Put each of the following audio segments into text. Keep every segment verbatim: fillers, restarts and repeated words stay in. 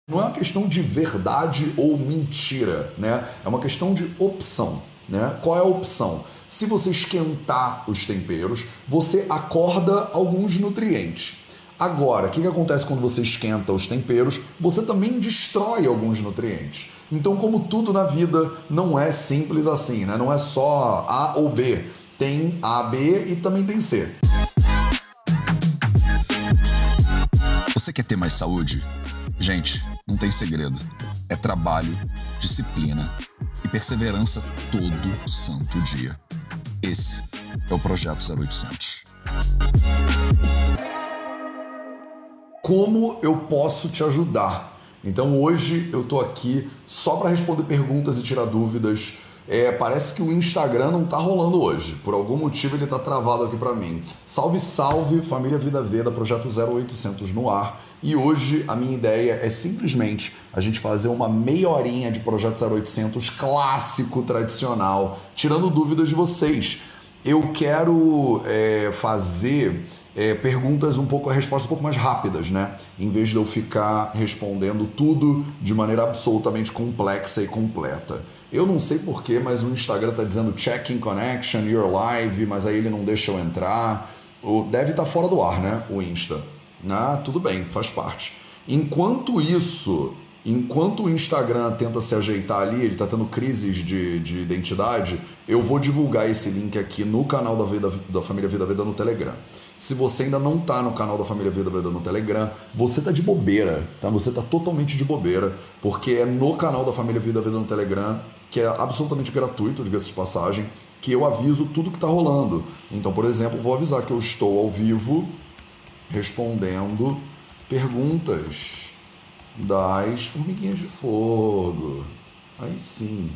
Não é uma questão de verdade ou mentira, né? É uma questão de opção, né? Qual é a opção? Se você esquentar os temperos, você acorda alguns nutrientes. Agora, o que, que acontece quando você esquenta os temperos? Você também destrói alguns nutrientes. Então, como tudo na vida, não é simples assim, né? Não é só A ou B. Tem A, B e também tem C. Você quer ter mais saúde? Gente, não tem segredo. É trabalho, disciplina e perseverança todo santo dia. Esse é o Projeto zero oitocentos. Como eu posso te ajudar? Então hoje eu tô aqui só para responder perguntas e tirar dúvidas. É, parece que o Instagram não tá rolando hoje. Por algum motivo ele tá travado aqui para mim. Salve, salve, família Vida Veda, Projeto zero oitocentos no ar. E hoje a minha ideia é simplesmente a gente fazer uma meia horinha de Projeto zero oitocentos clássico, tradicional, tirando dúvidas de vocês. Eu quero é, fazer é, perguntas um pouco, a resposta um pouco mais rápidas, né? Em vez de eu ficar respondendo tudo de maneira absolutamente complexa e completa. Eu não sei porquê, mas o Instagram tá dizendo checking connection, you're live, mas aí ele não deixa eu entrar. Deve estar fora do ar, né? O Insta. Ah, tudo bem, faz parte. Enquanto isso, enquanto o Instagram tenta se ajeitar ali, ele está tendo crises de, de identidade, eu vou divulgar esse link aqui no canal da, Vida, da Família Vida Veda no Telegram. Se você ainda não está no canal da Família Vida Veda no Telegram, você está de bobeira, tá? Você está totalmente de bobeira, porque é no canal da Família Vida Veda no Telegram, que é absolutamente gratuito, diga-se de passagem, que eu aviso tudo que está rolando. Então, por exemplo, vou avisar que eu estou ao vivo respondendo perguntas das formiguinhas de fogo. Aí sim.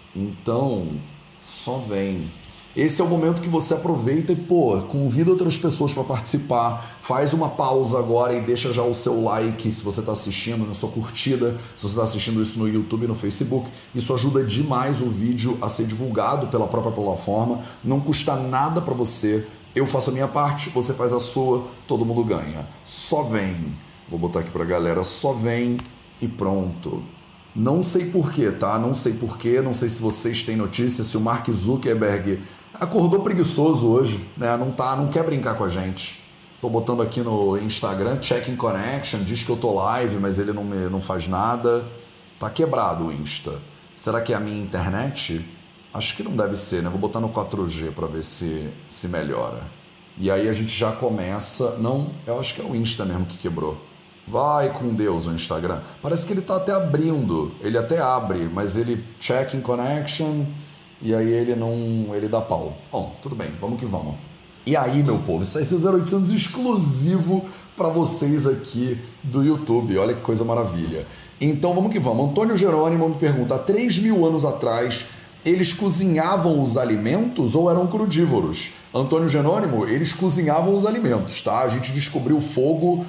Então, só vem. Esse é o momento que você aproveita e, pô, convida outras pessoas para participar. Faz uma pausa agora e deixa já o seu like se você está assistindo, na sua curtida, se você está assistindo isso no YouTube e no Facebook. Isso ajuda demais o vídeo a ser divulgado pela própria plataforma. Não custa nada para você. Eu faço a minha parte, você faz a sua, todo mundo ganha. Só vem. Vou botar aqui pra galera, só vem e pronto. Não sei porquê, tá? Não sei porquê, não sei se vocês têm notícia, se o Mark Zuckerberg acordou preguiçoso hoje, né? Não tá, não quer brincar com a gente. Tô botando aqui no Instagram, checking connection, diz que eu tô live, mas ele não, me, não faz nada. Tá quebrado o Insta. Será que é a minha internet? Acho que não deve ser, né? Vou botar no quatro G para ver se, se melhora. E aí a gente já começa... Não, eu acho que é o Insta mesmo que quebrou. Vai com Deus o Instagram. Parece que ele tá até abrindo. Ele até abre, mas ele check in connection e aí ele não... ele dá pau. Bom, tudo bem, vamos que vamos. E aí, meu povo, isso aí é zero oitocentos exclusivo para vocês aqui do YouTube. Olha que coisa maravilha. Então vamos que vamos. Antônio Jerônimo me pergunta, há três mil anos atrás... eles cozinhavam os alimentos ou eram crudívoros? Antônio Jerônimo, eles cozinhavam os alimentos, tá? A gente descobriu o fogo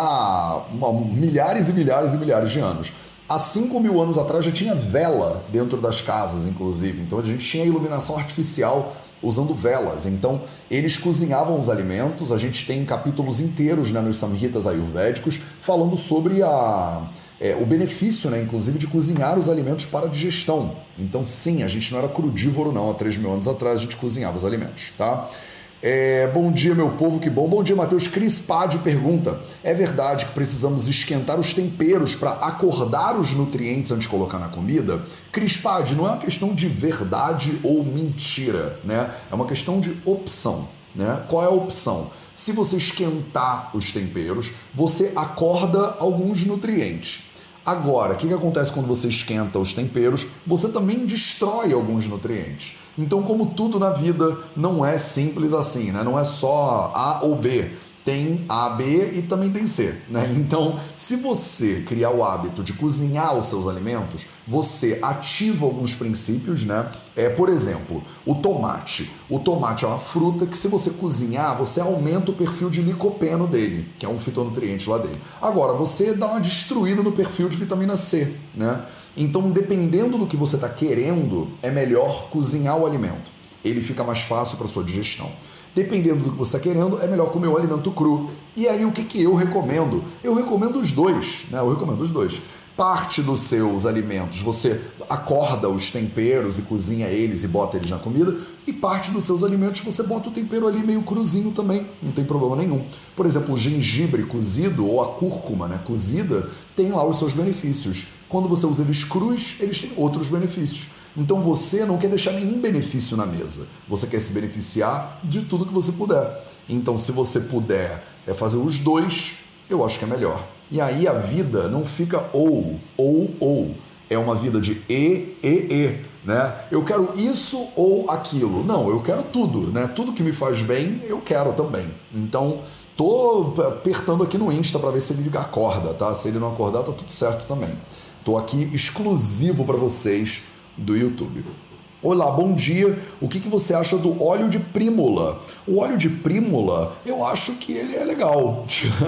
há uma, milhares e milhares e milhares de anos. Há cinco mil anos atrás já tinha vela dentro das casas, inclusive. Então a gente tinha iluminação artificial usando velas. Então eles cozinhavam os alimentos. A gente tem capítulos inteiros, né, nos Samhitas ayurvédicos falando sobre a... É, o benefício, né, inclusive, de cozinhar os alimentos para a digestão. Então, sim, a gente não era crudívoro, não. Há três mil anos atrás, a gente cozinhava os alimentos, tá? É, bom dia, meu povo, que bom. Bom dia, Matheus. Cris Pade pergunta, é verdade que precisamos esquentar os temperos para acordar os nutrientes antes de colocar na comida? Cris Pade, não é uma questão de verdade ou mentira, né? É uma questão de opção, né? Qual é a opção? Se você esquentar os temperos, você acorda alguns nutrientes. Agora, o que, que acontece quando você esquenta os temperos? Você também destrói alguns nutrientes. Então, como tudo na vida, não é simples assim, né? Não é só A ou B. Tem A, B e também tem C, né? Então, se você criar o hábito de cozinhar os seus alimentos, você ativa alguns princípios, né? É, por exemplo, o tomate. O tomate é uma fruta que, se você cozinhar, você aumenta o perfil de licopeno dele, que é um fitonutriente lá dele. Agora, você dá uma destruída no perfil de vitamina C, né? Então, dependendo do que você está querendo, é melhor cozinhar o alimento. Ele fica mais fácil para sua digestão. Dependendo do que você está querendo, é melhor comer o alimento cru, E aí o que, que eu recomendo? Eu recomendo os dois, né? Eu recomendo os dois. Parte dos seus alimentos você acorda os temperos e cozinha eles e bota eles na comida, e parte dos seus alimentos você bota o tempero ali meio cruzinho também, não tem problema nenhum. Por exemplo, o gengibre cozido ou a cúrcuma, né, cozida tem lá os seus benefícios. Quando você usa eles crus, eles têm outros benefícios. Então você não quer deixar nenhum benefício na mesa, você quer se beneficiar de tudo que você puder. Então se você puder é fazer os dois, eu acho que é melhor. E aí a vida não fica ou, ou, ou. É uma vida de e, e, e, né? Eu quero isso ou aquilo. Não, eu quero tudo, né? Tudo que me faz bem, eu quero também. Então, tô apertando aqui no Insta para ver se ele acorda, tá? Se ele não acordar, tá tudo certo também. Tô aqui exclusivo para vocês do YouTube. Olá, bom dia. O que, que você acha do óleo de prímula? O óleo de prímula, eu acho que ele é legal.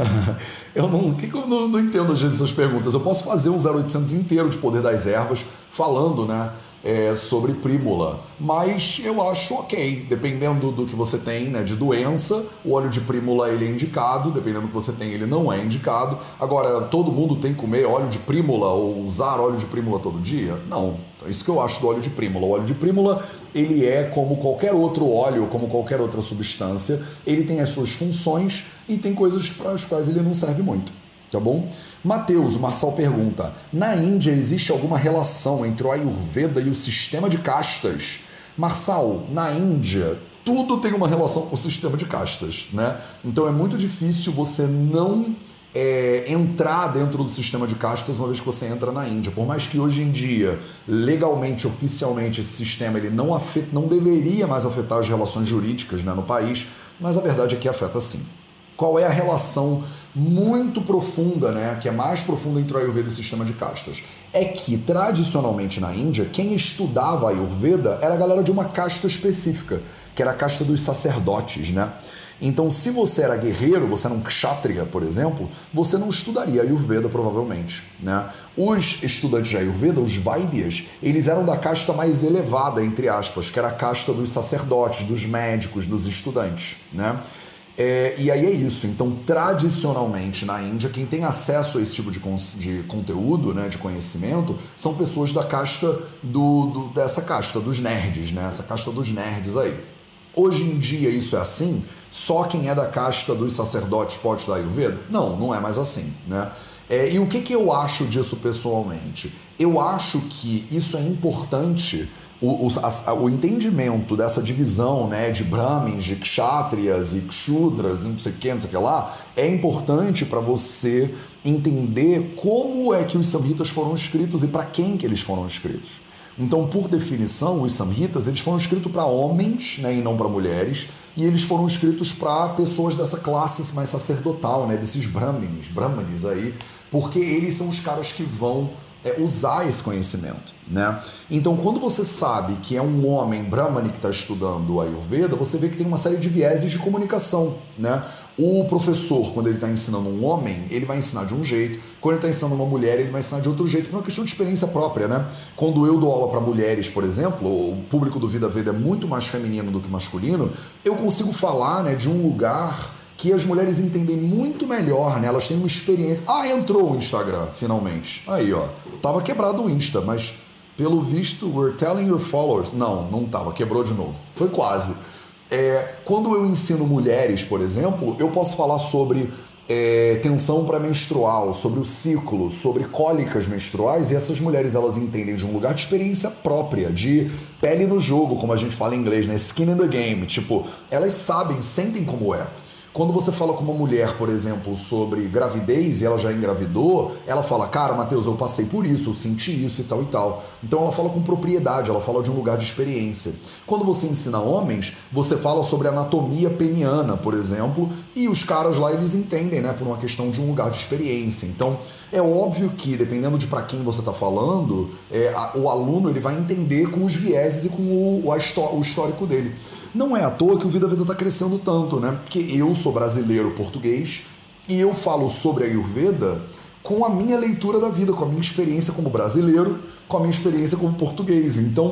eu não, que que eu não, não entendo às vezes essas perguntas. Eu posso fazer um zero oitocentos inteiro de Poder das Ervas falando, né, é, sobre prímula, mas eu acho ok, dependendo do que você tem, né, de doença, o óleo de prímula ele é indicado, dependendo do que você tem ele não é indicado. Agora, todo mundo tem que comer óleo de prímula ou usar óleo de prímula todo dia? Não. Então, isso que eu acho do óleo de prímula. O óleo de prímula, ele é como qualquer outro óleo, como qualquer outra substância, ele tem as suas funções e tem coisas para as quais ele não serve muito, tá bom? Matheus, o Marçal pergunta, na Índia existe alguma relação entre o Ayurveda e o sistema de castas? Marçal, na Índia, tudo tem uma relação com o sistema de castas, né? Então é muito difícil você não é, entrar dentro do sistema de castas uma vez que você entra na Índia. Por mais que hoje em dia, legalmente, oficialmente, esse sistema ele não, afeta, não deveria mais afetar as relações jurídicas, né, no país, mas a verdade é que afeta sim. Qual é a relação muito profunda, né, que é mais profunda entre o Ayurveda e o sistema de castas? É que, tradicionalmente na Índia, quem estudava Ayurveda era a galera de uma casta específica, que era a casta dos sacerdotes, né? Então, se você era guerreiro, você era um kshatriya, por exemplo, você não estudaria Ayurveda, provavelmente, né? Os estudantes de Ayurveda, os Vaidyas, eles eram da casta mais elevada, entre aspas, que era a casta dos sacerdotes, dos médicos, dos estudantes, né? É, e aí é isso. Então, tradicionalmente na Índia, quem tem acesso a esse tipo de, con de conteúdo, né, de conhecimento, são pessoas da casta do, do, dessa casta dos nerds, né? Essa casta dos nerds aí. Hoje em dia isso é assim? Só quem é da casta dos sacerdotes pode estudar Ayurveda? Não, não é mais assim, né? É, e o que, que eu acho disso pessoalmente? Eu acho que isso é importante. O, o, a, o entendimento dessa divisão, né, de Brahmins, de Kshatriyas e Kshudras, não sei o que, não sei o que lá, é importante para você entender como é que os Samhitas foram escritos e para quem que eles foram escritos. Então, por definição, os Samhitas eles foram escritos para homens, né, e não para mulheres, e eles foram escritos para pessoas dessa classe mais sacerdotal, né, desses Brahmins, Brahmanes aí, porque eles são os caras que vão é, usar esse conhecimento, né? Então, quando você sabe que é um homem Brahmani que está estudando o Ayurveda, você vê que tem uma série de vieses de comunicação, né? O professor, quando ele está ensinando um homem, ele vai ensinar de um jeito. Quando ele está ensinando uma mulher, ele vai ensinar de outro jeito, por uma questão de experiência própria, né? Quando eu dou aula para mulheres, por exemplo, o público do Vida Veda é muito mais feminino do que masculino, eu consigo falar, né, de um lugar que as mulheres entendem muito melhor, né? Elas têm uma experiência... Ah, entrou o Instagram, finalmente. Aí, ó. Tava quebrado o Insta, mas pelo visto, we're telling your followers... Não, não tava, quebrou de novo. Foi quase. É, quando eu ensino mulheres, por exemplo, eu posso falar sobre é, tensão pré-menstrual, sobre o ciclo, sobre cólicas menstruais, e essas mulheres, elas entendem de um lugar de experiência própria, de pele no jogo, como a gente fala em inglês, né? Skin in the game. Tipo, elas sabem, sentem como é. Quando você fala com uma mulher, por exemplo, sobre gravidez e ela já engravidou, ela fala, cara, Matheus, eu passei por isso, eu senti isso e tal e tal. Então ela fala com propriedade, ela fala de um lugar de experiência. Quando você ensina homens, você fala sobre anatomia peniana, por exemplo, e os caras lá, eles entendem, né, por uma questão de um lugar de experiência. Então, é óbvio que, dependendo de para quem você está falando, é, a, o aluno ele vai entender com os vieses e com o, a, o histórico dele. Não é à toa que o Vida Veda está crescendo tanto, né? Porque eu sou brasileiro português e eu falo sobre a Ayurveda com a minha leitura da vida, com a minha experiência como brasileiro, com a minha experiência como português. Então,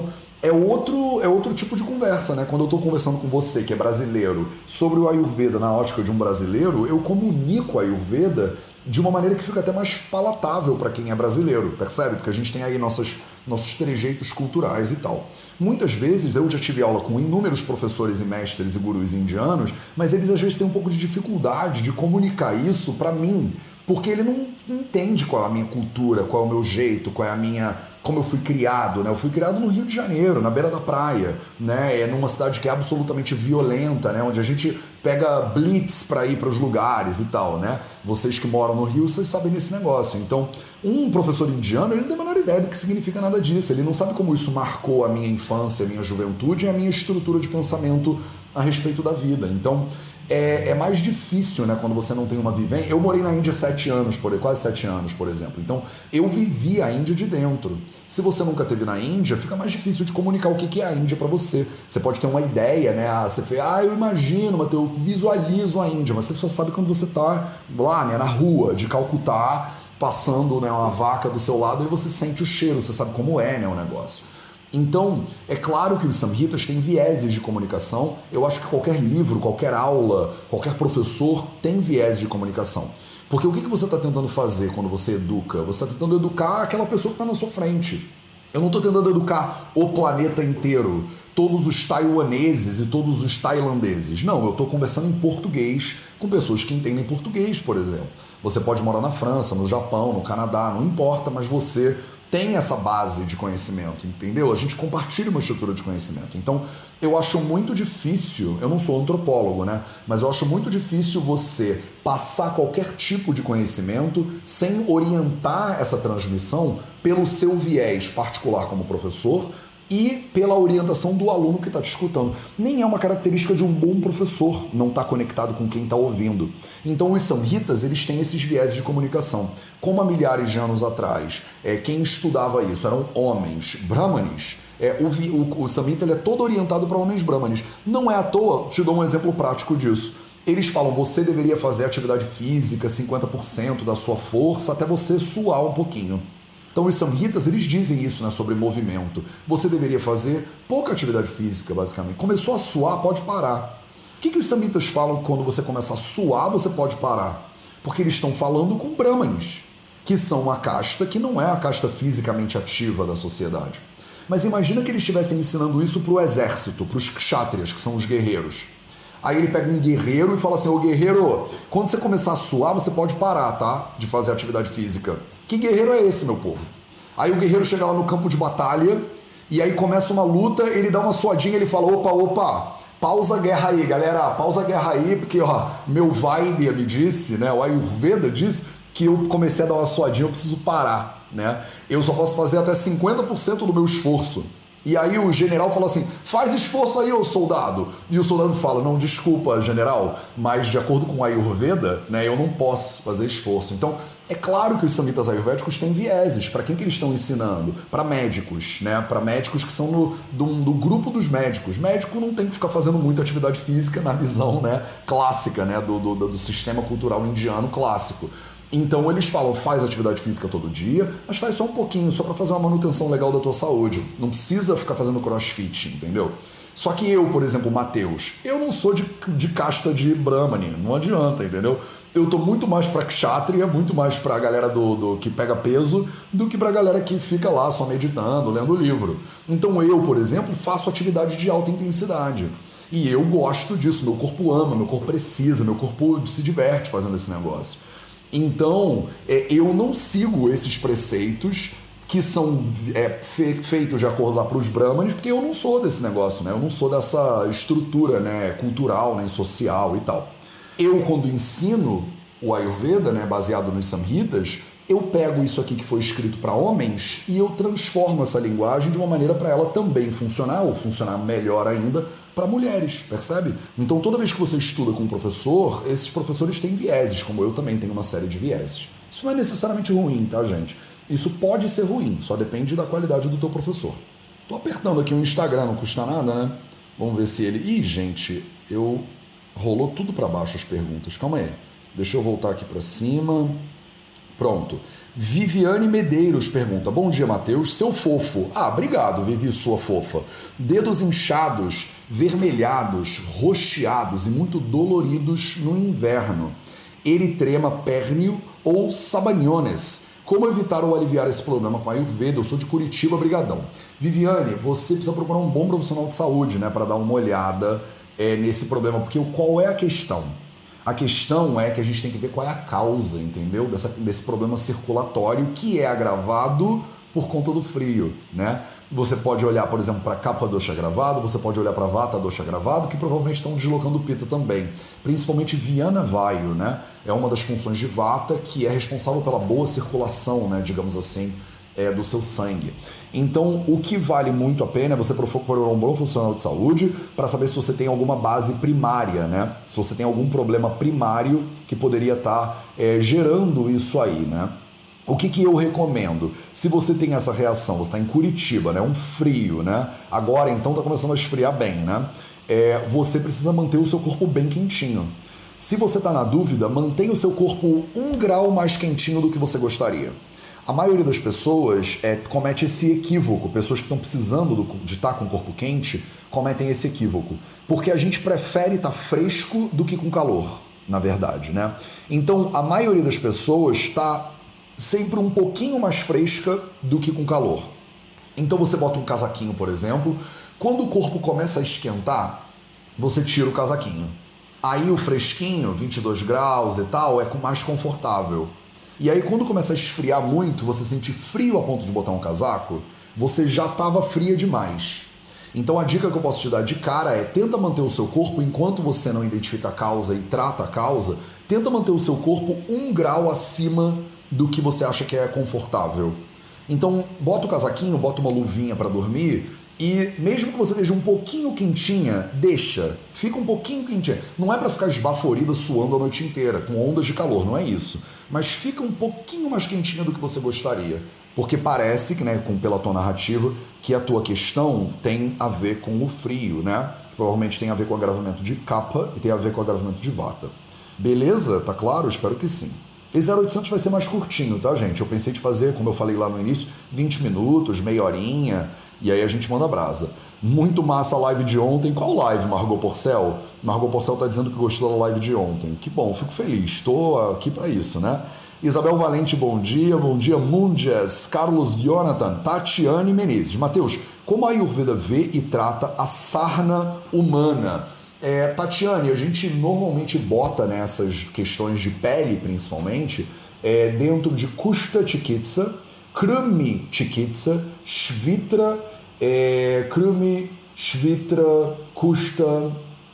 é outro, é outro tipo de conversa, né? Quando eu estou conversando com você, que é brasileiro, sobre o Ayurveda na ótica de um brasileiro, eu comunico o Ayurveda de uma maneira que fica até mais palatável para quem é brasileiro, percebe? Porque a gente tem aí nossas, nossos trejeitos culturais e tal. Muitas vezes eu já tive aula com inúmeros professores e mestres e gurus indianos, mas eles às vezes têm um pouco de dificuldade de comunicar isso para mim, porque ele não entende qual é a minha cultura, qual é o meu jeito, qual é a minha... como eu fui criado, né? Eu fui criado no Rio de Janeiro, na beira da praia, né? É numa cidade que é absolutamente violenta, né? Onde a gente pega blitz para ir para os lugares e tal, né? Vocês que moram no Rio, vocês sabem desse negócio. Então, um professor indiano, ele não tem a menor ideia do que significa nada disso. Ele não sabe como isso marcou a minha infância, a minha juventude e a minha estrutura de pensamento a respeito da vida. Então, É, é mais difícil, né, quando você não tem uma vivência. Eu morei na Índia sete anos, por, quase sete anos, por exemplo. Então, eu vivi a Índia de dentro. Se você nunca esteve na Índia, fica mais difícil de comunicar o que é a Índia para você. Você pode ter uma ideia, né? Ah, você fala, ah, eu imagino, mas eu visualizo a Índia. Mas você só sabe quando você está lá, né, na rua de Calcutá, passando, né, uma vaca do seu lado e você sente o cheiro, você sabe como é, né, o negócio. Então, é claro que os samhitas têm vieses de comunicação. Eu acho que qualquer livro, qualquer aula, qualquer professor tem viés de comunicação. Porque o que você está tentando fazer quando você educa? Você está tentando educar aquela pessoa que está na sua frente. Eu não estou tentando educar o planeta inteiro, todos os taiwaneses e todos os tailandeses. Não, eu estou conversando em português com pessoas que entendem português, por exemplo. Você pode morar na França, no Japão, no Canadá, não importa, mas você... tem essa base de conhecimento, entendeu? A gente compartilha uma estrutura de conhecimento. Então, eu acho muito difícil, eu não sou antropólogo, né? Mas eu acho muito difícil você passar qualquer tipo de conhecimento sem orientar essa transmissão pelo seu viés particular como professor e pela orientação do aluno que está te escutando. Nem é uma característica de um bom professor não estar conectado com quem está ouvindo. Então os samhitas, eles têm esses viés de comunicação. Como há milhares de anos atrás, é, quem estudava isso eram homens brahmanes, é, o, o, o samhita ele é todo orientado para homens brahmanes. Não é à toa, te dou um exemplo prático disso. Eles falam, você deveria fazer atividade física, cinquenta por cento da sua força, até você suar um pouquinho. Então os samhitas, eles dizem isso, né, sobre movimento. Você deveria fazer pouca atividade física, basicamente. Começou a suar, pode parar. O que, que os samhitas falam que quando você começa a suar, você pode parar? Porque eles estão falando com brahmanes, que são uma casta que não é a casta fisicamente ativa da sociedade. Mas imagina que eles estivessem ensinando isso para o exército, para os kshatriyas, que são os guerreiros. Aí ele pega um guerreiro e fala assim, ô guerreiro, quando você começar a suar, você pode parar, tá? De fazer atividade física. Que guerreiro é esse, meu povo? Aí o guerreiro chega lá no campo de batalha, e aí começa uma luta, ele dá uma suadinha, ele fala, opa, opa, pausa a guerra aí, galera, pausa a guerra aí, porque ó, meu Vaidya me disse, né, o Ayurveda disse que eu comecei a dar uma suadinha, eu preciso parar, né? Eu só posso fazer até cinquenta por cento do meu esforço. E aí o general fala assim, faz esforço aí, ô soldado. E o soldado fala, não, desculpa, general, mas de acordo com o Ayurveda, né, eu não posso fazer esforço. Então, é claro que os samhitas ayurvédicos têm vieses. Para quem que eles estão ensinando? Para médicos, né? Para médicos que são no, do, do grupo dos médicos. Médico não tem que ficar fazendo muita atividade física na visão, né, clássica, né, do, do, do sistema cultural indiano clássico. Então eles falam, faz atividade física todo dia, mas faz só um pouquinho, só para fazer uma manutenção legal da tua saúde. Não precisa ficar fazendo crossfit, entendeu? Só que eu, por exemplo, Matheus, eu não sou de, de casta de Brahmani, não adianta, entendeu? Eu tô muito mais pra Kshatriya, muito mais pra galera do, do que pega peso, do que pra galera que fica lá só meditando, lendo livro. Então eu, por exemplo, faço atividade de alta intensidade. E eu gosto disso, meu corpo ama, meu corpo precisa, meu corpo se diverte fazendo esse negócio. Então, é, eu não sigo esses preceitos que são é, fe, feitos de acordo lá para os brahmanes, porque eu não sou desse negócio, né? Eu não sou dessa estrutura, né, cultural, né, social e tal. Eu, quando ensino o Ayurveda, né, baseado nos samhitas, eu pego isso aqui que foi escrito para homens e eu transformo essa linguagem de uma maneira para ela também funcionar, ou funcionar melhor ainda, para mulheres, percebe? Então toda vez que você estuda com um professor, esses professores têm vieses, como eu também tenho uma série de vieses. Isso não é necessariamente ruim, tá, gente? Isso pode ser ruim, só depende da qualidade do teu professor. Tô apertando aqui o Instagram, não custa nada, né? Vamos ver se ele... Ih, gente, eu... rolou tudo para baixo as perguntas. Calma aí. Deixa eu voltar aqui para cima. Pronto. Viviane Medeiros pergunta: bom dia, Matheus, seu fofo. Ah, obrigado, Vivi, sua fofa. Dedos inchados, vermelhados, roxeados e muito doloridos no inverno. Eritrema pérneo ou sabanhones. Como evitar ou aliviar esse problema com a Ayurveda? Eu sou de Curitiba, brigadão. Viviane, você precisa procurar um bom profissional de saúde, né, para dar uma olhada é, nesse problema, porque qual é a questão? A questão é que a gente tem que ver qual é a causa, entendeu? Dessa, desse problema circulatório que é agravado por conta do frio, né? Você pode olhar, por exemplo, para Kapha Dosha agravado, você pode olhar para Vata Dosha agravado, que provavelmente estão deslocando o Pitta também. Principalmente Vyana Vayu, né? É uma das funções de Vata que é responsável pela boa circulação, né, digamos assim, é, do seu sangue. Então, o que vale muito a pena é você procurar um bom profissional de saúde para saber se você tem alguma base primária, né? Se você tem algum problema primário que poderia estar é, gerando isso aí, né? O que, que eu recomendo? Se você tem essa reação, você está em Curitiba, né? Um frio, né? Agora, então, está começando a esfriar bem, né? É, você precisa manter o seu corpo bem quentinho. Se você está na dúvida, mantenha o seu corpo um grau mais quentinho do que você gostaria. A maioria das pessoas é, comete esse equívoco, pessoas que estão precisando do, de estar com o corpo quente, cometem esse equívoco, porque a gente prefere estar fresco do que com calor, na verdade, né? Então, a maioria das pessoas está sempre um pouquinho mais fresca do que com calor. Então você bota um casaquinho, por exemplo, quando o corpo começa a esquentar, você tira o casaquinho. Aí o fresquinho, vinte e dois graus e tal, é mais confortável. E aí quando começa a esfriar muito, você sente frio a ponto de botar um casaco, você já estava fria demais. Então a dica que eu posso te dar de cara é: tenta manter o seu corpo, enquanto você não identifica a causa e trata a causa, tenta manter o seu corpo um grau acima do que você acha que é confortável. Então bota o casaquinho, bota uma luvinha para dormir, e mesmo que você esteja um pouquinho quentinha, deixa, fica um pouquinho quentinha. Não é para ficar esbaforida suando a noite inteira, com ondas de calor, não é isso. Mas fica um pouquinho mais quentinha do que você gostaria. Porque parece, que, né, com, pela tua narrativa, que a tua questão tem a ver com o frio, né? Provavelmente tem a ver com o agravamento de Kapha e tem a ver com o agravamento de Vata. Beleza? Tá claro? Espero que sim. Esse zero oitocentos vai ser mais curtinho, tá, gente? Eu pensei de fazer, como eu falei lá no início, vinte minutos, meia horinha, e aí a gente manda brasa. Muito massa a live de ontem. Qual live, Margot Porcel? Margot Porcel tá dizendo que gostou da live de ontem. Que bom, fico feliz. Estou aqui para isso, né? Isabel Valente, bom dia. Bom dia, Mundias. Carlos Jonathan. Tatiane Menezes. Matheus, como a Ayurveda vê e trata a sarna humana? É, Tatiane, a gente normalmente bota nessas questões de pele, principalmente, é, dentro de Kushta Chikitsa, Krumi Chikitsa, Shvitra, é, Krumi, Shvitra, Kushta,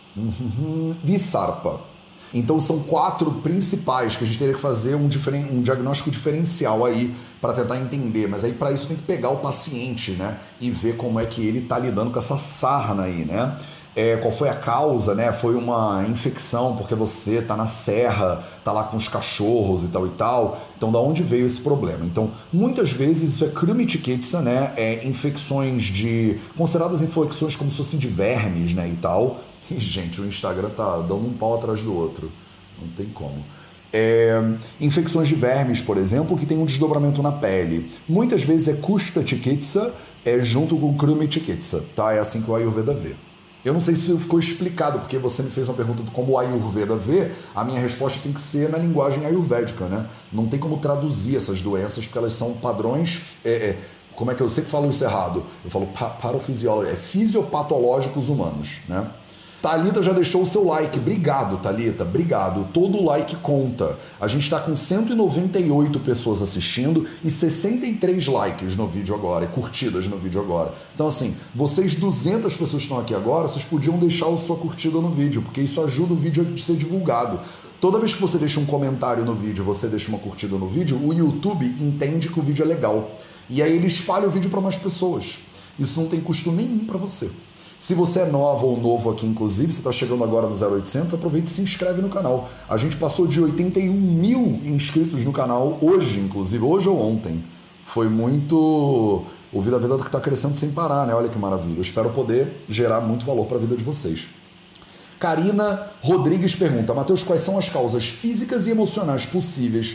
Visarpa. Então são quatro principais que a gente teria que fazer um, diferen- um diagnóstico diferencial aí para tentar entender, mas aí para isso tem que pegar o paciente, né, e ver como é que ele está lidando com essa sarna aí, né? É, qual foi a causa, né? Foi uma infecção porque você tá na serra, tá lá com os cachorros e tal e tal. Então, da onde veio esse problema? Então, muitas vezes isso é Krumi Chikitsa, né? É infecções de... consideradas infecções como se fossem de vermes, né? E tal. E, gente, o Instagram tá dando um pau atrás do outro. Não tem como. É, infecções de vermes, por exemplo, que tem um desdobramento na pele. Muitas vezes é Kushta Chikitsa é, junto com Krumi Chikitsa, tá? É assim que o Ayurveda vê. Eu não sei se isso ficou explicado, porque você me fez uma pergunta de como o Ayurveda vê, a minha resposta tem que ser na linguagem ayurvédica, né? Não tem como traduzir essas doenças, porque elas são padrões, é, é, como é que eu sempre falo isso errado? Eu falo parafisiológicos, é fisiopatológicos humanos, né? Thalita já deixou o seu like. Obrigado, Thalita. Obrigado. Todo like conta. A gente está com cento e noventa e oito pessoas assistindo e sessenta e três likes no vídeo agora, e curtidas no vídeo agora. Então, assim, vocês duzentas pessoas que estão aqui agora, vocês podiam deixar a sua curtida no vídeo, porque isso ajuda o vídeo a ser divulgado. Toda vez que você deixa um comentário no vídeo, você deixa uma curtida no vídeo, o YouTube entende que o vídeo é legal. E aí ele espalha o vídeo para mais pessoas. Isso não tem custo nenhum para você. Se você é nova ou novo aqui, inclusive, você está chegando agora no zero oitocentos, aproveite e se inscreve no canal. A gente passou de oitenta e um mil inscritos no canal hoje, inclusive, hoje ou ontem. Foi muito... O Vida Vedanta que está crescendo sem parar, né? Olha que maravilha. Eu espero poder gerar muito valor para a vida de vocês. Karina Rodrigues pergunta: Matheus, quais são as causas físicas e emocionais possíveis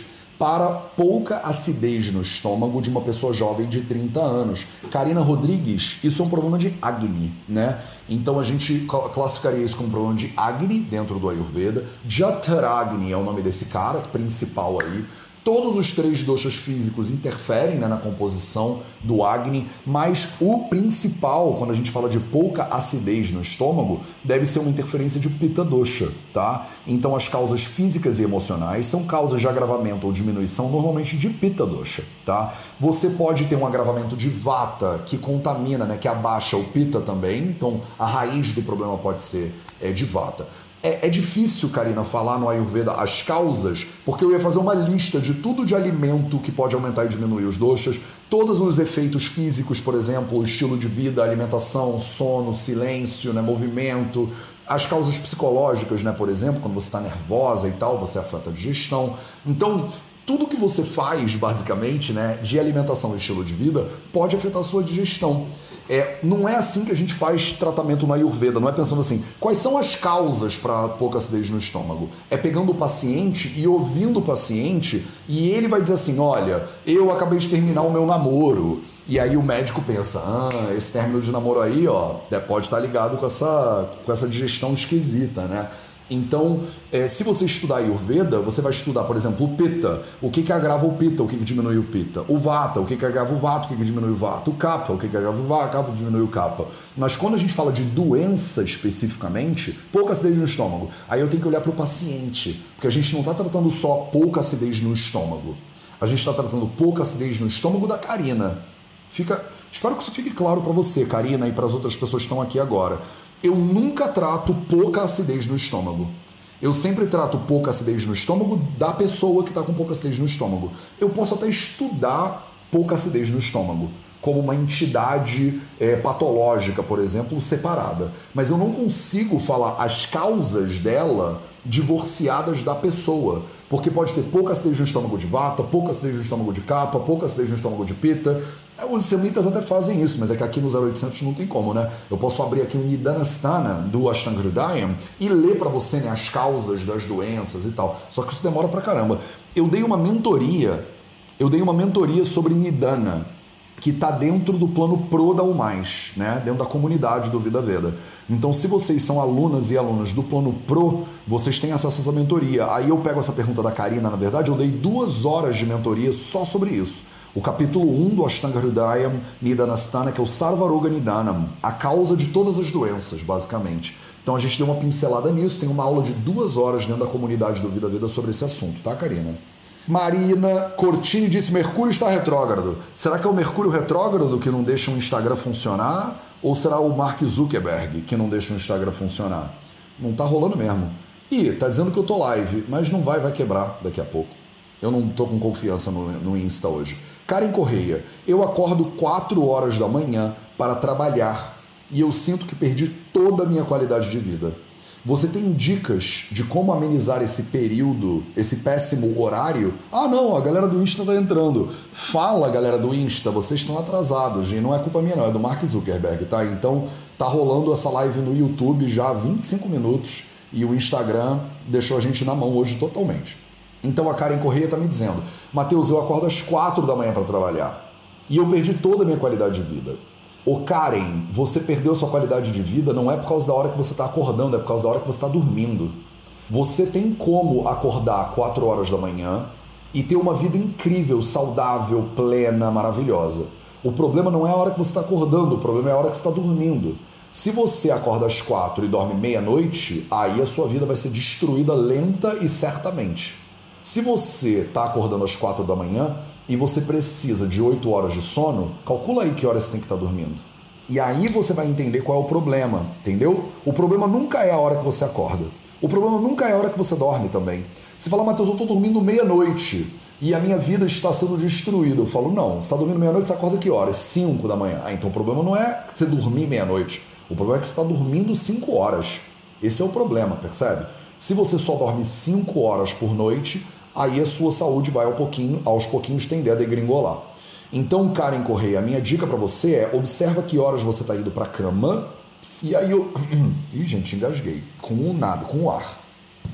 para pouca acidez no estômago de uma pessoa jovem de trinta anos. Karina Rodrigues, isso é um problema de Agni, né? Então a gente classificaria isso como um problema de Agni dentro do Ayurveda. Jataragni é o nome desse cara principal aí. Todos os três doshas físicos interferem, né, na composição do Agni, mas o principal, quando a gente fala de pouca acidez no estômago, deve ser uma interferência de Pitta dosha, tá? Então as causas físicas e emocionais são causas de agravamento ou diminuição normalmente de Pitta dosha, tá? Você pode ter um agravamento de Vata que contamina, né, que abaixa o Pitta também, então a raiz do problema pode ser é, de Vata. É, é difícil, Karina, falar no Ayurveda as causas, porque eu ia fazer uma lista de tudo de alimento que pode aumentar e diminuir os doshas, todos os efeitos físicos, por exemplo, o estilo de vida, alimentação, sono, silêncio, né, movimento, as causas psicológicas, né, por exemplo, quando você está nervosa e tal, você afeta a digestão. Então, tudo que você faz, basicamente, né, de alimentação e estilo de vida, pode afetar a sua digestão. É, não é assim que a gente faz tratamento na Ayurveda, não é pensando assim, quais são as causas para pouca acidez no estômago? É pegando o paciente e ouvindo o paciente e ele vai dizer assim, olha, eu acabei de terminar o meu namoro. E aí o médico pensa, ah, esse término de namoro aí, ó, pode estar ligado com essa, com essa digestão esquisita, né? Então, é, se você estudar Ayurveda, você vai estudar, por exemplo, o Pitta, o que que agrava o Pitta, o que que diminui o Pitta, o Vata, o que que agrava o Vata, o que que diminui o Vata, o Kapha, o que que agrava o Vata, o que diminui o Kapha. Mas quando a gente fala de doença especificamente, pouca acidez no estômago, aí eu tenho que olhar para o paciente, porque a gente não está tratando só pouca acidez no estômago, a gente está tratando pouca acidez no estômago da Karina. Fica, espero que isso fique claro para você, Karina, e para as outras pessoas que estão aqui agora. Eu nunca trato pouca acidez no estômago. Eu sempre trato pouca acidez no estômago da pessoa que está com pouca acidez no estômago. Eu posso até estudar pouca acidez no estômago, como uma entidade é, patológica, por exemplo, separada. Mas eu não consigo falar as causas dela divorciadas da pessoa. Porque pode ter pouca acidez no estômago de Vata, pouca acidez no estômago de Kapha, pouca acidez no estômago de Pitta. Os semitas até fazem isso, mas é que aqui no zero oitocentos não tem como, né? Eu posso abrir aqui um Nidana-sthana do Ashtanga Hridayam e ler para você, né, as causas das doenças e tal. Só que isso demora pra caramba. Eu dei uma mentoria, eu dei uma mentoria sobre Nidana, que está dentro do plano Pro da U Mais, né? Dentro da comunidade do Vida Veda. Então, se vocês são alunas e alunos do plano Pro, vocês têm acesso a essa mentoria. Aí eu pego essa pergunta da Karina, na verdade, eu dei duas horas de mentoria só sobre isso. O capítulo um do Ashtanga Hridayam Nidana-sthana, que é o Sarvaroga Nidanam, a causa de todas as doenças, basicamente. Então a gente deu uma pincelada nisso, tem uma aula de duas horas dentro da comunidade do Vida Veda sobre esse assunto, tá, Karina? Marina Cortini disse, Mercúrio está retrógrado. Será que é o Mercúrio retrógrado que não deixa o Instagram funcionar? Ou será o Mark Zuckerberg que não deixa o Instagram funcionar? Não tá rolando mesmo. Ih, tá dizendo que eu tô live, mas não vai, vai quebrar daqui a pouco. Eu não tô com confiança no, no Insta hoje. Karen Correia, eu acordo quatro horas da manhã para trabalhar e eu sinto que perdi toda a minha qualidade de vida. Você tem dicas de como amenizar esse período, esse péssimo horário? Ah, não, a galera do Insta tá entrando. Fala, galera do Insta, vocês estão atrasados, e não é culpa minha não, é do Mark Zuckerberg, tá? Então, tá rolando essa live no YouTube já há vinte e cinco minutos e o Instagram deixou a gente na mão hoje totalmente. Então a Karen Correia tá me dizendo, Matheus, eu acordo às quatro da manhã para trabalhar e eu perdi toda a minha qualidade de vida. Ô Karen, você perdeu sua qualidade de vida não é por causa da hora que você está acordando, é por causa da hora que você está dormindo. Você tem como acordar quatro horas da manhã e ter uma vida incrível, saudável, plena, maravilhosa. O problema não é a hora que você está acordando, o problema é a hora que você está dormindo. Se você acorda às quatro e dorme meia-noite, aí a sua vida vai ser destruída lenta e certamente. Se você está acordando às quatro da manhã e você precisa de oito horas de sono, calcula aí que horas você tem que estar dormindo. E aí você vai entender qual é o problema, entendeu? O problema nunca é a hora que você acorda. O problema nunca é a hora que você dorme também. Você fala, Matheus, eu estou dormindo meia-noite e a minha vida está sendo destruída. Eu falo, não, você está dormindo meia-noite, você acorda que horas? cinco da manhã. Ah, então o problema não é você dormir meia-noite. O problema é que você está dormindo cinco horas. Esse é o problema, percebe? Se você só dorme cinco horas por noite, aí a sua saúde vai ao pouquinho, aos pouquinhos tender a degringolar. Então, Karen Correia, a minha dica para você é observa que horas você está indo para a cama. E aí eu... Ih, gente, engasguei. Com o nada, com o ar.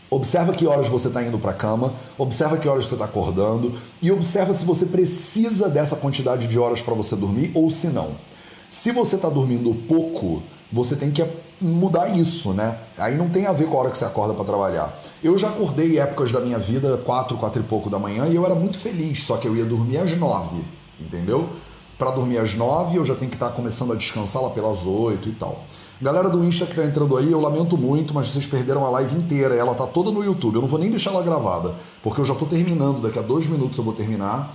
Observa que horas você está indo para a cama, observa que horas você está acordando e observa se você precisa dessa quantidade de horas para você dormir ou se não. Se você está dormindo pouco, você tem que mudar isso, né? Aí não tem a ver com a hora que você acorda para trabalhar. Eu já acordei épocas da minha vida, quatro, quatro e pouco da manhã, e eu era muito feliz, só que eu ia dormir às nove, entendeu? Para dormir às nove, eu já tenho que estar começando a descansar lá pelas oito e tal. Galera do Insta que tá entrando aí, eu lamento muito, mas vocês perderam a live inteira, ela tá toda no YouTube, eu não vou nem deixar ela gravada, porque eu já tô terminando, daqui a dois minutos eu vou terminar,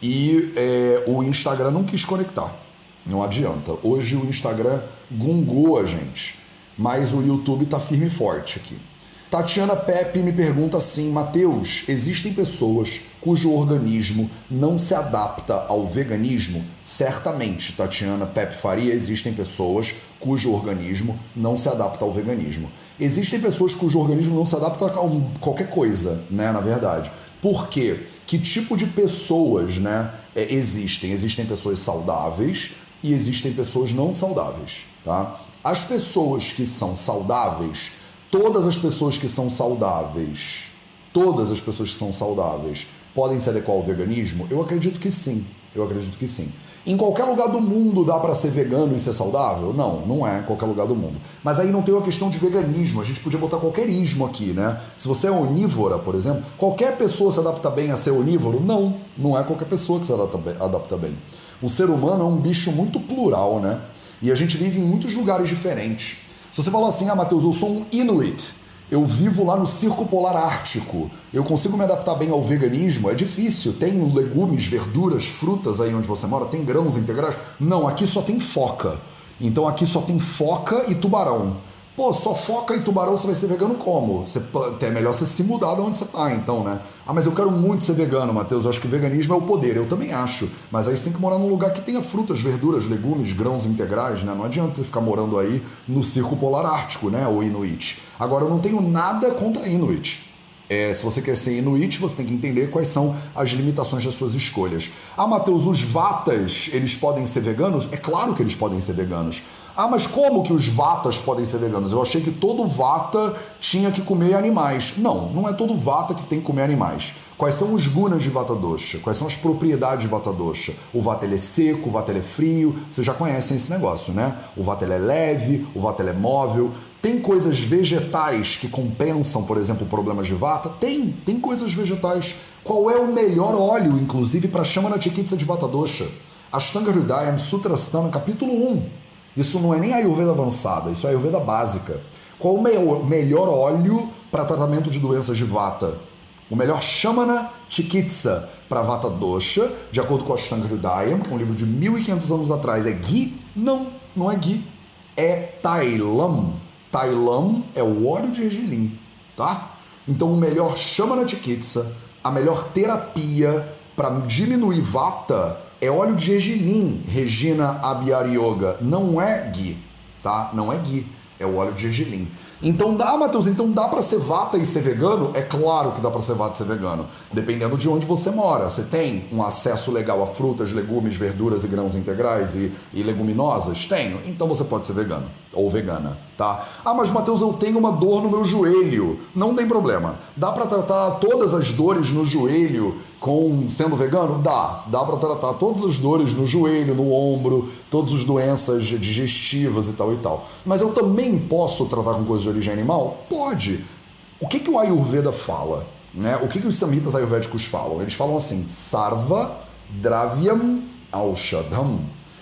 e é, o Instagram não quis conectar, não adianta. Hoje o Instagram gungou a gente, mas o YouTube tá firme e forte aqui. Tatiana Pepe me pergunta assim: Matheus, existem pessoas cujo organismo não se adapta ao veganismo? Certamente, Tatiana Pepe Faria, existem pessoas cujo organismo não se adapta ao veganismo. Existem pessoas cujo organismo não se adapta a qualquer coisa, né, na verdade. Por quê? Que tipo de pessoas, né, existem? Existem pessoas saudáveis e existem pessoas não saudáveis, tá? As pessoas que são saudáveis, todas as pessoas que são saudáveis, todas as pessoas que são saudáveis podem se adequar ao veganismo? Eu acredito que sim, eu acredito que sim. Em qualquer lugar do mundo dá para ser vegano e ser saudável? Não, não é em qualquer lugar do mundo. Mas aí não tem uma questão de veganismo, a gente podia botar qualquer ismo aqui, né? Se você é onívora, por exemplo, qualquer pessoa se adapta bem a ser onívoro? Não, não é qualquer pessoa que se adapta bem. Adapta bem. O ser humano é um bicho muito plural, né? E a gente vive em muitos lugares diferentes. Se você falar assim: ah, Matheus, eu sou um Inuit, eu vivo lá no Circo Polar Ártico, eu consigo me adaptar bem ao veganismo? É difícil. Tem legumes, verduras, frutas aí onde você mora? Tem grãos integrais? Não, aqui só tem foca. Então aqui só tem foca e tubarão. Pô, só foca e tubarão, você vai ser vegano como? Você, é melhor você se mudar de onde você tá, então, né? Ah, mas eu quero muito ser vegano, Matheus. Eu acho que o veganismo é o poder. Eu também acho. Mas aí você tem que morar num lugar que tenha frutas, verduras, legumes, grãos integrais, né? Não adianta você ficar morando aí no Circo Polar Ártico, né? Ou Inuit. Agora, eu não tenho nada contra Inuit. É, se você quer ser Inuit, você tem que entender quais são as limitações das suas escolhas. Ah, Matheus, os Vatas, eles podem ser veganos? É claro que eles podem ser veganos. Ah, mas como que os Vatas podem ser veganos? Eu achei que todo Vata tinha que comer animais. Não, não é todo Vata que tem que comer animais. Quais são os gunas de Vata Dosha? Quais são as propriedades de Vata Dosha? O Vata ele é seco, o Vata ele é frio. Vocês já conhecem esse negócio, né? O Vata ele é leve, o Vata ele é móvel. Tem coisas vegetais que compensam, por exemplo, problemas de Vata? Tem, tem coisas vegetais. Qual é o melhor óleo, inclusive, para Shamana Chikitsa de Vata Dosha? Ashtanga Hridayam Sutrasthana, capítulo um. Isso não é nem Ayurveda avançada, isso é Ayurveda básica. Qual o me- melhor óleo para tratamento de doenças de Vata? O melhor Shamana Chikitsa para Vata Dosha, de acordo com Ashtanga Hridayam, que é um livro de mil e quinhentos anos atrás, é ghee? Não, não é ghee. É Tailam. Tailam é o óleo de gergelim, tá? Então o melhor Shamana Chikitsa, a melhor terapia para diminuir Vata é óleo de gergelim, Regina Abhyar Yoga. Não é ghee, tá? Não é ghee, é o óleo de gergelim. Então dá, Matheus, então dá pra ser Vata e ser vegano? É claro que dá pra ser Vata e ser vegano. Dependendo de onde você mora. Você tem um acesso legal a frutas, legumes, verduras e grãos integrais e, e leguminosas? Tenho. Então você pode ser vegano ou vegana, tá? Ah, mas Matheus, eu tenho uma dor no meu joelho. Não tem problema. Dá pra tratar todas as dores no joelho com sendo vegano? Dá. Dá pra tratar todas as dores no joelho, no ombro, todas as doenças digestivas e tal e tal. Mas eu também posso tratar com coisas de origem animal? Pode. O que, que o Ayurveda fala? Né? O que, que os samhitas ayurvédicos falam? Eles falam assim: Sarva Dravyam Aushadham.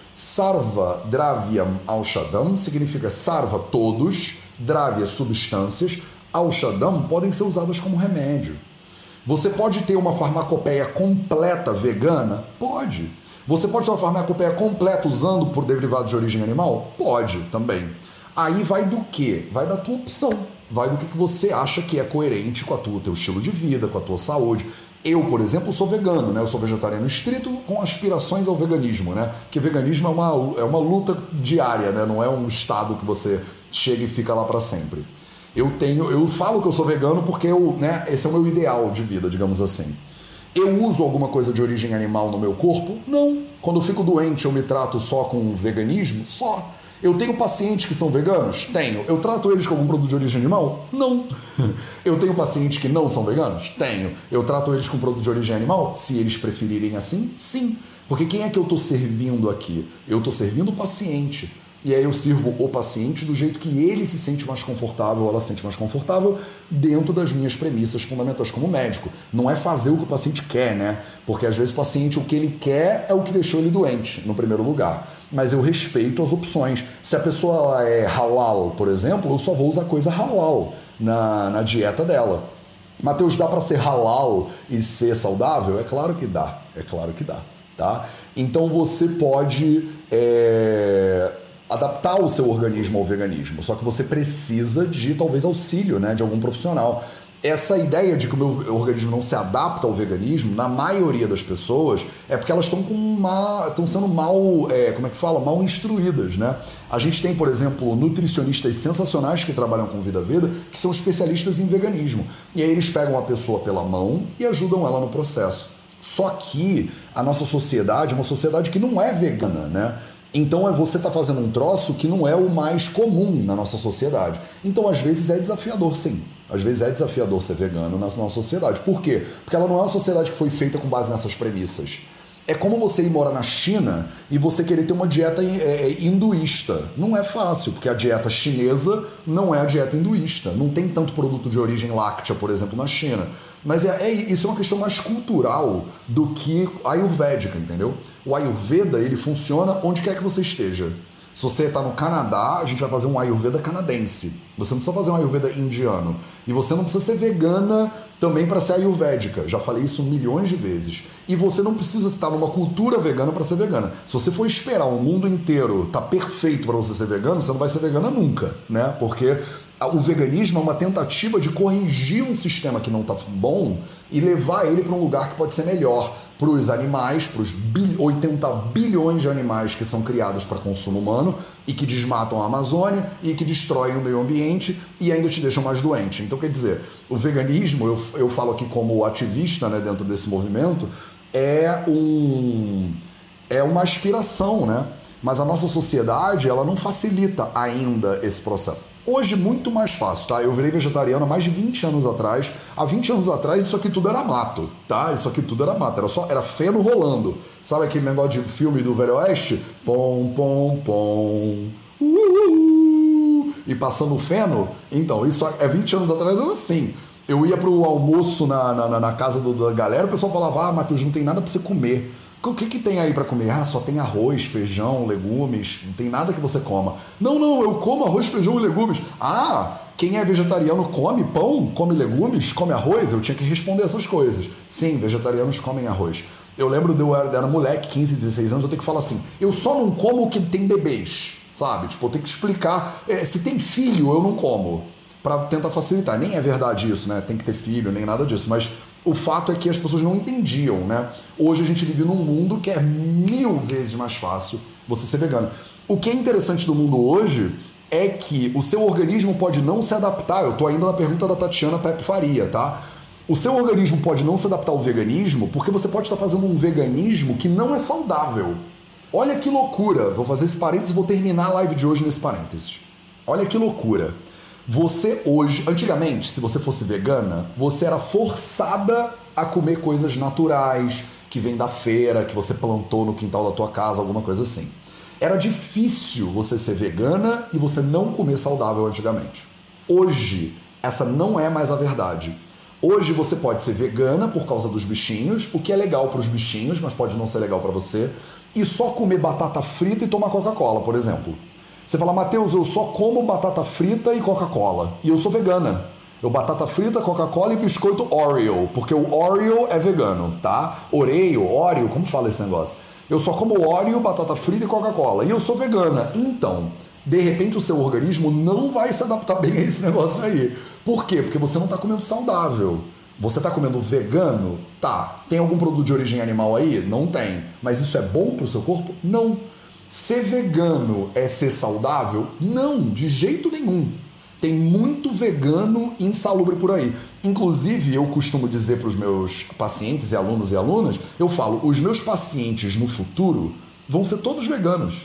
Sarva Dravyam Aushadham significa sarva todos, dravya substâncias, Aushadham podem ser usadas como remédio. Você pode ter uma farmacopeia completa vegana? Pode. Você pode ter uma farmacopeia completa usando por derivados de origem animal? Pode também. Aí vai do quê? Vai da tua opção. Vai do que você acha que é coerente com a tua, teu estilo de vida, com a tua saúde. Eu, por exemplo, sou vegano, né? Eu sou vegetariano estrito com aspirações ao veganismo, né? Porque veganismo é uma, é uma luta diária, né? Não é um estado que você chega e fica lá para sempre. Eu tenho, eu falo que eu sou vegano porque eu, né, esse é o meu ideal de vida, digamos assim. Eu uso alguma coisa de origem animal no meu corpo? Não. Quando eu fico doente, eu me trato só com veganismo? Só. Eu tenho pacientes que são veganos? Tenho. Eu trato eles com algum produto de origem animal? Não. Eu tenho pacientes que não são veganos? Tenho. Eu trato eles com produto de origem animal? Se eles preferirem assim, sim. Porque quem é que eu estou servindo aqui? Eu estou servindo o paciente. E aí eu sirvo o paciente do jeito que ele se sente mais confortável, ou ela se sente mais confortável, dentro das minhas premissas fundamentais como médico. Não é fazer o que o paciente quer, né? Porque às vezes o paciente, o que ele quer é o que deixou ele doente, no primeiro lugar. Mas eu respeito as opções. Se a pessoa ela é halal, por exemplo, eu só vou usar coisa halal na, na dieta dela. Matheus, dá para ser halal e ser saudável? É claro que dá, é claro que dá, tá? Então você pode... É... adaptar o seu organismo ao veganismo, só que você precisa de talvez auxílio, né, de algum profissional. Essa ideia de que o meu organismo não se adapta ao veganismo, na maioria das pessoas, é porque elas estão com uma, estão sendo mal, é, como é que fala, mal instruídas, né? A gente tem, por exemplo, nutricionistas sensacionais que trabalham com Vida Veda, que são especialistas em veganismo. E aí eles pegam a pessoa pela mão e ajudam ela no processo. Só que a nossa sociedade é uma sociedade que não é vegana, né? Então você está fazendo um troço que não é o mais comum na nossa sociedade. Então às vezes é desafiador, sim. Às vezes é desafiador ser vegano na nossa sociedade. Por quê? Porque ela não é uma sociedade que foi feita com base nessas premissas. É como você ir morar na China e você querer ter uma dieta é, hinduísta. Não é fácil, porque a dieta chinesa não é a dieta hinduísta. Não tem tanto produto de origem láctea, por exemplo, na China. Mas é, é, isso é uma questão mais cultural do que ayurvédica, entendeu? O Ayurveda, ele funciona onde quer que você esteja. Se você está no Canadá, a gente vai fazer um Ayurveda canadense. Você não precisa fazer um Ayurveda indiano. E você não precisa ser vegana também para ser ayurvédica. Já falei isso milhões de vezes. E você não precisa estar numa cultura vegana para ser vegana. Se você for esperar o mundo inteiro tá perfeito para você ser vegano, você não vai ser vegana nunca, né? Porque o veganismo é uma tentativa de corrigir um sistema que não está bom e levar ele para um lugar que pode ser melhor para os animais, para os oitenta bilhões de animais que são criados para consumo humano e que desmatam a Amazônia e que destroem o meio ambiente e ainda te deixam mais doente. Então, quer dizer, o veganismo, eu, eu falo aqui como ativista, né, dentro desse movimento, é, um, é uma aspiração, né? Mas a nossa sociedade, ela não facilita ainda esse processo. Hoje, muito mais fácil, tá? Eu virei vegetariano há mais de vinte anos atrás. Há vinte anos atrás, isso aqui tudo era mato, tá? Isso aqui tudo era mato, era só era feno rolando. Sabe aquele negócio de filme do Velho Oeste? Pom, pom, pom, uh, uh, uh, e passando feno? Então, isso há vinte anos atrás era assim. Eu ia pro almoço na, na, na casa do, da galera, o pessoal falava, ah, Matheus, não tem nada pra você comer. O que, que tem aí para comer? Ah, só tem arroz, feijão, legumes, não tem nada que você coma. Não, não, eu como arroz, feijão e legumes. Ah, quem é vegetariano come pão, come legumes, come arroz? Eu tinha que responder essas coisas. Sim, vegetarianos comem arroz. Eu lembro de eu era, era moleque, quinze, dezesseis anos, eu tenho que falar assim, eu só não como o que tem bebês, sabe? Tipo, eu tenho que explicar, é, se tem filho, eu não como, para tentar facilitar. Nem é verdade isso, né? Tem que ter filho, nem nada disso, mas o fato é que as pessoas não entendiam, né? Hoje a gente vive num mundo que é mil vezes mais fácil você ser vegano. O que é interessante do mundo hoje é que o seu organismo pode não se adaptar. Eu tô ainda na pergunta da Tatiana Pepe Faria, tá? O seu organismo pode não se adaptar ao veganismo porque você pode estar fazendo um veganismo que não é saudável. Olha que loucura. Vou fazer esse parênteses e vou terminar a live de hoje nesse parênteses. Olha que loucura. Você hoje, antigamente, se você fosse vegana, você era forçada a comer coisas naturais, que vêm da feira, que você plantou no quintal da tua casa, alguma coisa assim. Era difícil você ser vegana e você não comer saudável antigamente. Hoje, essa não é mais a verdade. Hoje você pode ser vegana por causa dos bichinhos, o que é legal para os bichinhos, mas pode não ser legal para você, e só comer batata frita e tomar Coca-Cola, por exemplo. Você fala, Matheus, eu só como batata frita e Coca-Cola. E eu sou vegana. Eu batata frita, Coca-Cola e biscoito Oreo. Porque o Oreo é vegano, tá? Oreo, Oreo, como fala esse negócio? Eu só como Oreo, batata frita e Coca-Cola. E eu sou vegana. Então, de repente o seu organismo não vai se adaptar bem a esse negócio aí. Por quê? Porque você não está comendo saudável. Você está comendo vegano? Tá. Tem algum produto de origem animal aí? Não tem. Mas isso é bom para o seu corpo? Não. Ser vegano é ser saudável? Não, de jeito nenhum. Tem muito vegano insalubre por aí. Inclusive, eu costumo dizer para os meus pacientes e alunos e alunas, eu falo, os meus pacientes no futuro vão ser todos veganos.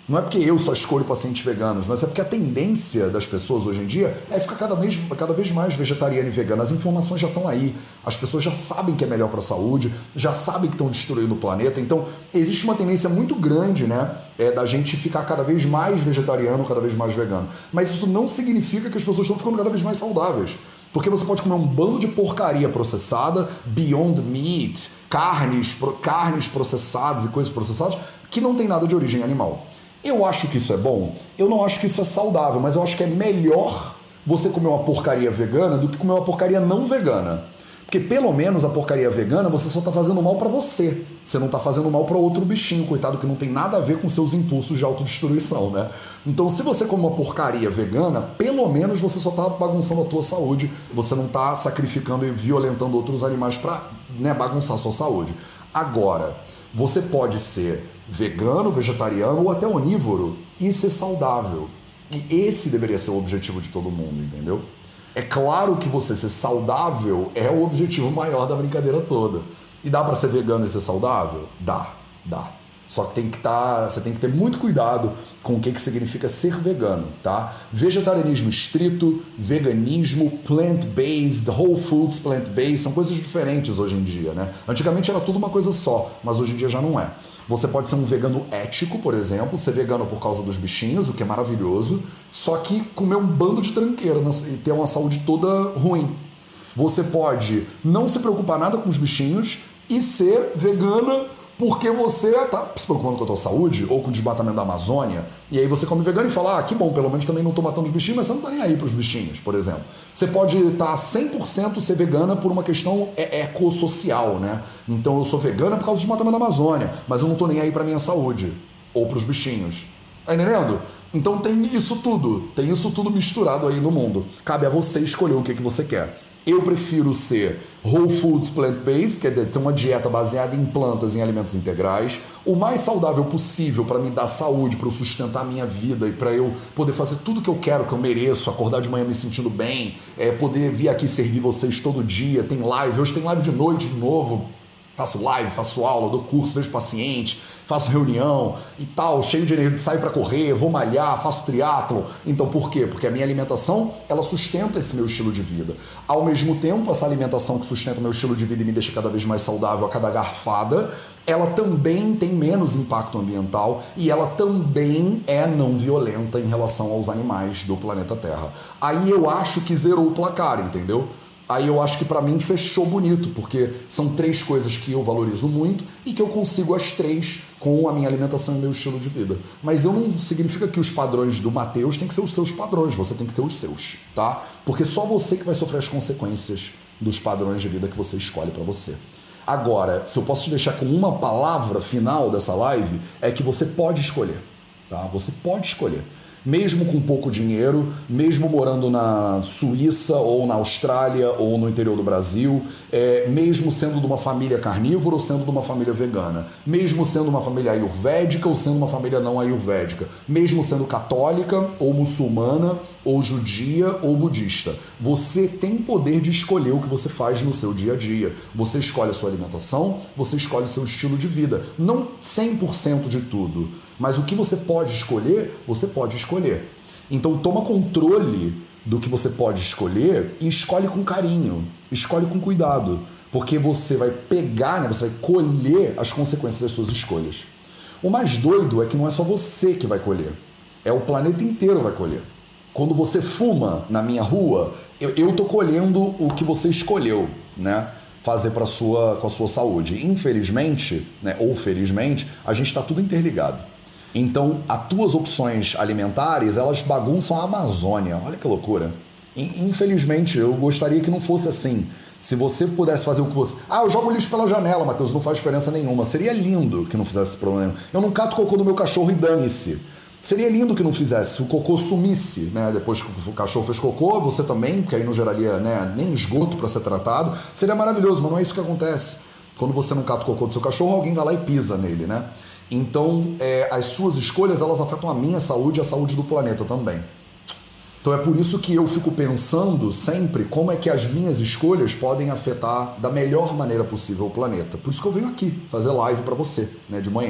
Não é porque eu só escolho pacientes veganos, mas é porque a tendência das pessoas hoje em dia é ficar cada vez, cada vez mais vegetariana e vegana. As informações já estão aí, as pessoas já sabem que é melhor para a saúde, já sabem que estão destruindo o planeta. Então, existe uma tendência muito grande, né, é, da gente ficar cada vez mais vegetariano, cada vez mais vegano. Mas isso não significa que as pessoas estão ficando cada vez mais saudáveis. Porque você pode comer um bando de porcaria processada, Beyond Meat, carnes, pro, carnes processadas e coisas processadas, que não tem nada de origem animal. Eu acho que isso é bom, eu não acho que isso é saudável, mas eu acho que é melhor você comer uma porcaria vegana do que comer uma porcaria não vegana. Porque pelo menos a porcaria vegana você só tá fazendo mal pra você. Você não tá fazendo mal pra outro bichinho, coitado, que não tem nada a ver com seus impulsos de autodestruição, né? Então se você come uma porcaria vegana, pelo menos você só tá bagunçando a tua saúde, você não tá sacrificando e violentando outros animais pra, né, bagunçar a sua saúde. Agora, você pode ser vegano, vegetariano ou até onívoro e ser saudável. E esse deveria ser o objetivo de todo mundo, entendeu? É claro que você ser saudável é o objetivo maior da brincadeira toda. E dá pra ser vegano e ser saudável? Dá, dá. Só que tem que tá, você tem que ter muito cuidado com o que, que significa ser vegano, tá? Vegetarianismo estrito, veganismo, plant-based, whole foods plant-based, são coisas diferentes hoje em dia, né? Antigamente era tudo uma coisa só, mas hoje em dia já não é. Você pode ser um vegano ético, por exemplo, ser vegano por causa dos bichinhos, o que é maravilhoso, só que comer um bando de tranqueira e ter uma saúde toda ruim. Você pode não se preocupar nada com os bichinhos e ser vegana porque você tá se preocupando com a tua saúde ou com o desmatamento da Amazônia, e aí você come vegano e fala, ah, que bom, pelo menos também não tô matando os bichinhos, mas você não tá nem aí pros bichinhos, por exemplo. Você pode estar cem por cento ser vegana por uma questão ecossocial, né? Então eu sou vegana por causa do desmatamento da Amazônia, mas eu não tô nem aí pra minha saúde ou pros bichinhos. Tá entendendo? Então tem isso tudo, tem isso tudo misturado aí no mundo. Cabe a você escolher o que, que você quer. Eu prefiro ser whole foods plant-based, quer dizer, ter uma dieta baseada em plantas, em alimentos integrais, o mais saudável possível para me dar saúde, para eu sustentar a minha vida e para eu poder fazer tudo que eu quero, que eu mereço, acordar de manhã me sentindo bem, é, poder vir aqui servir vocês todo dia, tem live, hoje tem live de noite de novo, faço live, faço aula, dou curso, vejo paciente, faço reunião e tal, cheio de energia, saio para correr, vou malhar, faço triatlon. Então por quê? Porque a minha alimentação, ela sustenta esse meu estilo de vida. Ao mesmo tempo, essa alimentação que sustenta o meu estilo de vida e me deixa cada vez mais saudável a cada garfada, ela também tem menos impacto ambiental e ela também é não violenta em relação aos animais do planeta Terra. Aí eu acho que zerou o placar, entendeu? Aí eu acho que pra mim fechou bonito, porque são três coisas que eu valorizo muito e que eu consigo as três com a minha alimentação e meu estilo de vida. Mas eu não significa que os padrões do Matheus tem que ser os seus padrões, você tem que ter os seus, tá? Porque só você que vai sofrer as consequências dos padrões de vida que você escolhe pra você. Agora, se eu posso te deixar com uma palavra final dessa live, é que você pode escolher, tá? Você pode escolher. Mesmo com pouco dinheiro, mesmo morando na Suíça ou na Austrália ou no interior do Brasil, é, mesmo sendo de uma família carnívora ou sendo de uma família vegana, mesmo sendo uma família ayurvédica ou sendo uma família não ayurvédica, mesmo sendo católica ou muçulmana ou judia ou budista, você tem poder de escolher o que você faz no seu dia a dia. Você escolhe a sua alimentação, você escolhe o seu estilo de vida, não cem por cento de tudo. Mas o que você pode escolher, você pode escolher. Então toma controle do que você pode escolher e escolhe com carinho, escolhe com cuidado, porque você vai pegar, né, você vai colher as consequências das suas escolhas. O mais doido é que não é só você que vai colher, é o planeta inteiro vai colher. Quando você fuma na minha rua, eu, eu tô colhendo o que você escolheu, né? Fazer pra sua, com a sua saúde. Infelizmente, né, ou felizmente, a gente está tudo interligado. Então, as tuas opções alimentares, elas bagunçam a Amazônia. Olha que loucura. Infelizmente, eu gostaria que não fosse assim. Se você pudesse fazer o que você... Ah, eu jogo lixo pela janela, Matheus, não faz diferença nenhuma. Seria lindo que não fizesse esse problema. Eu não cato cocô do meu cachorro e dane-se. Seria lindo que não fizesse, se o cocô sumisse, né? Depois que o cachorro fez cocô, você também, porque aí não geraria, né, nem esgoto para ser tratado. Seria maravilhoso, mas não é isso que acontece. Quando você não cata o cocô do seu cachorro, alguém vai lá e pisa nele, né? Então, é, as suas escolhas, elas afetam a minha saúde e a saúde do planeta também. Então é por isso que eu fico pensando sempre como é que as minhas escolhas podem afetar da melhor maneira possível o planeta. Por isso que eu venho aqui fazer live para você, né, de manhã.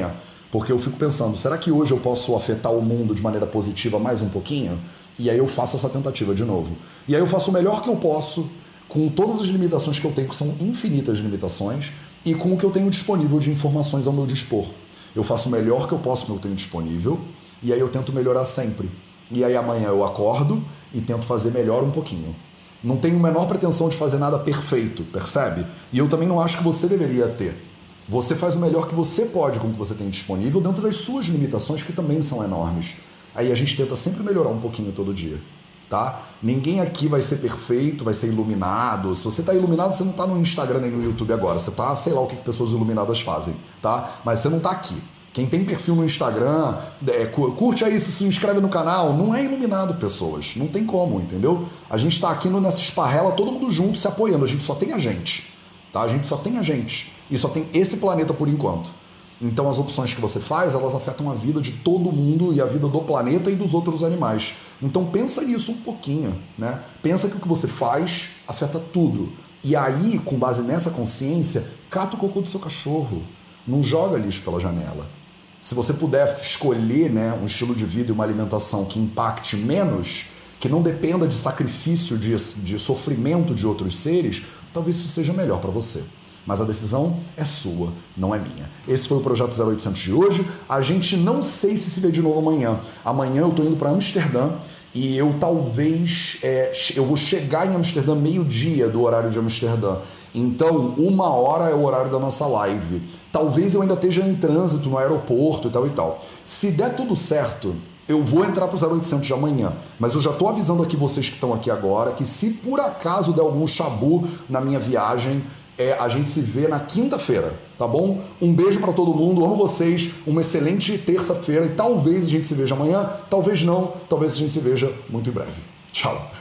Porque eu fico pensando, será que hoje eu posso afetar o mundo de maneira positiva mais um pouquinho? E aí eu faço essa tentativa de novo. E aí eu faço o melhor que eu posso, com todas as limitações que eu tenho, que são infinitas limitações, e com o que eu tenho disponível de informações ao meu dispor. Eu faço o melhor que eu posso com o que eu tenho disponível, e aí eu tento melhorar sempre. E aí amanhã eu acordo e tento fazer melhor um pouquinho. Não tenho a menor pretensão de fazer nada perfeito, percebe? E eu também não acho que você deveria ter. Você faz o melhor que você pode com o que você tem disponível dentro das suas limitações, que também são enormes. Aí a gente tenta sempre melhorar um pouquinho todo dia, tá? Ninguém aqui vai ser perfeito, vai ser iluminado. Se você tá iluminado, você não tá no Instagram nem no YouTube agora. Você tá, sei lá o que pessoas iluminadas fazem, tá? Mas você não tá aqui. Quem tem perfil no Instagram, é, curte aí, se inscreve no canal, não é iluminado, pessoas. Não tem como, entendeu? A gente tá aqui nessa esparrela, todo mundo junto, se apoiando. A gente só tem a gente, tá? A gente só tem a gente. E só tem esse planeta por enquanto. Então as opções que você faz, elas afetam a vida de todo mundo e a vida do planeta e dos outros animais. Então pensa nisso um pouquinho, né? Pensa que o que você faz afeta tudo. E aí, com base nessa consciência, cata o cocô do seu cachorro. Não joga lixo pela janela. Se você puder escolher, né, um estilo de vida e uma alimentação que impacte menos, que não dependa de sacrifício, de, de sofrimento de outros seres, talvez isso seja melhor para você. Mas a decisão é sua, não é minha. Esse foi o Projeto zero oitocentos de hoje. A gente não sei se se vê de novo amanhã. Amanhã eu tô indo para Amsterdã e eu talvez... É, eu vou chegar em Amsterdã meio-dia do horário de Amsterdã. Então, uma hora é o horário da nossa live. Talvez eu ainda esteja em trânsito no aeroporto e tal e tal. Se der tudo certo, eu vou entrar para o zero oitocentos de amanhã. Mas eu já estou avisando aqui vocês que estão aqui agora que se por acaso der algum chabu na minha viagem... É, a gente se vê na quinta-feira, tá bom? Um beijo pra todo mundo, amo vocês, uma excelente terça-feira e talvez a gente se veja amanhã, talvez não, talvez a gente se veja muito em breve. Tchau!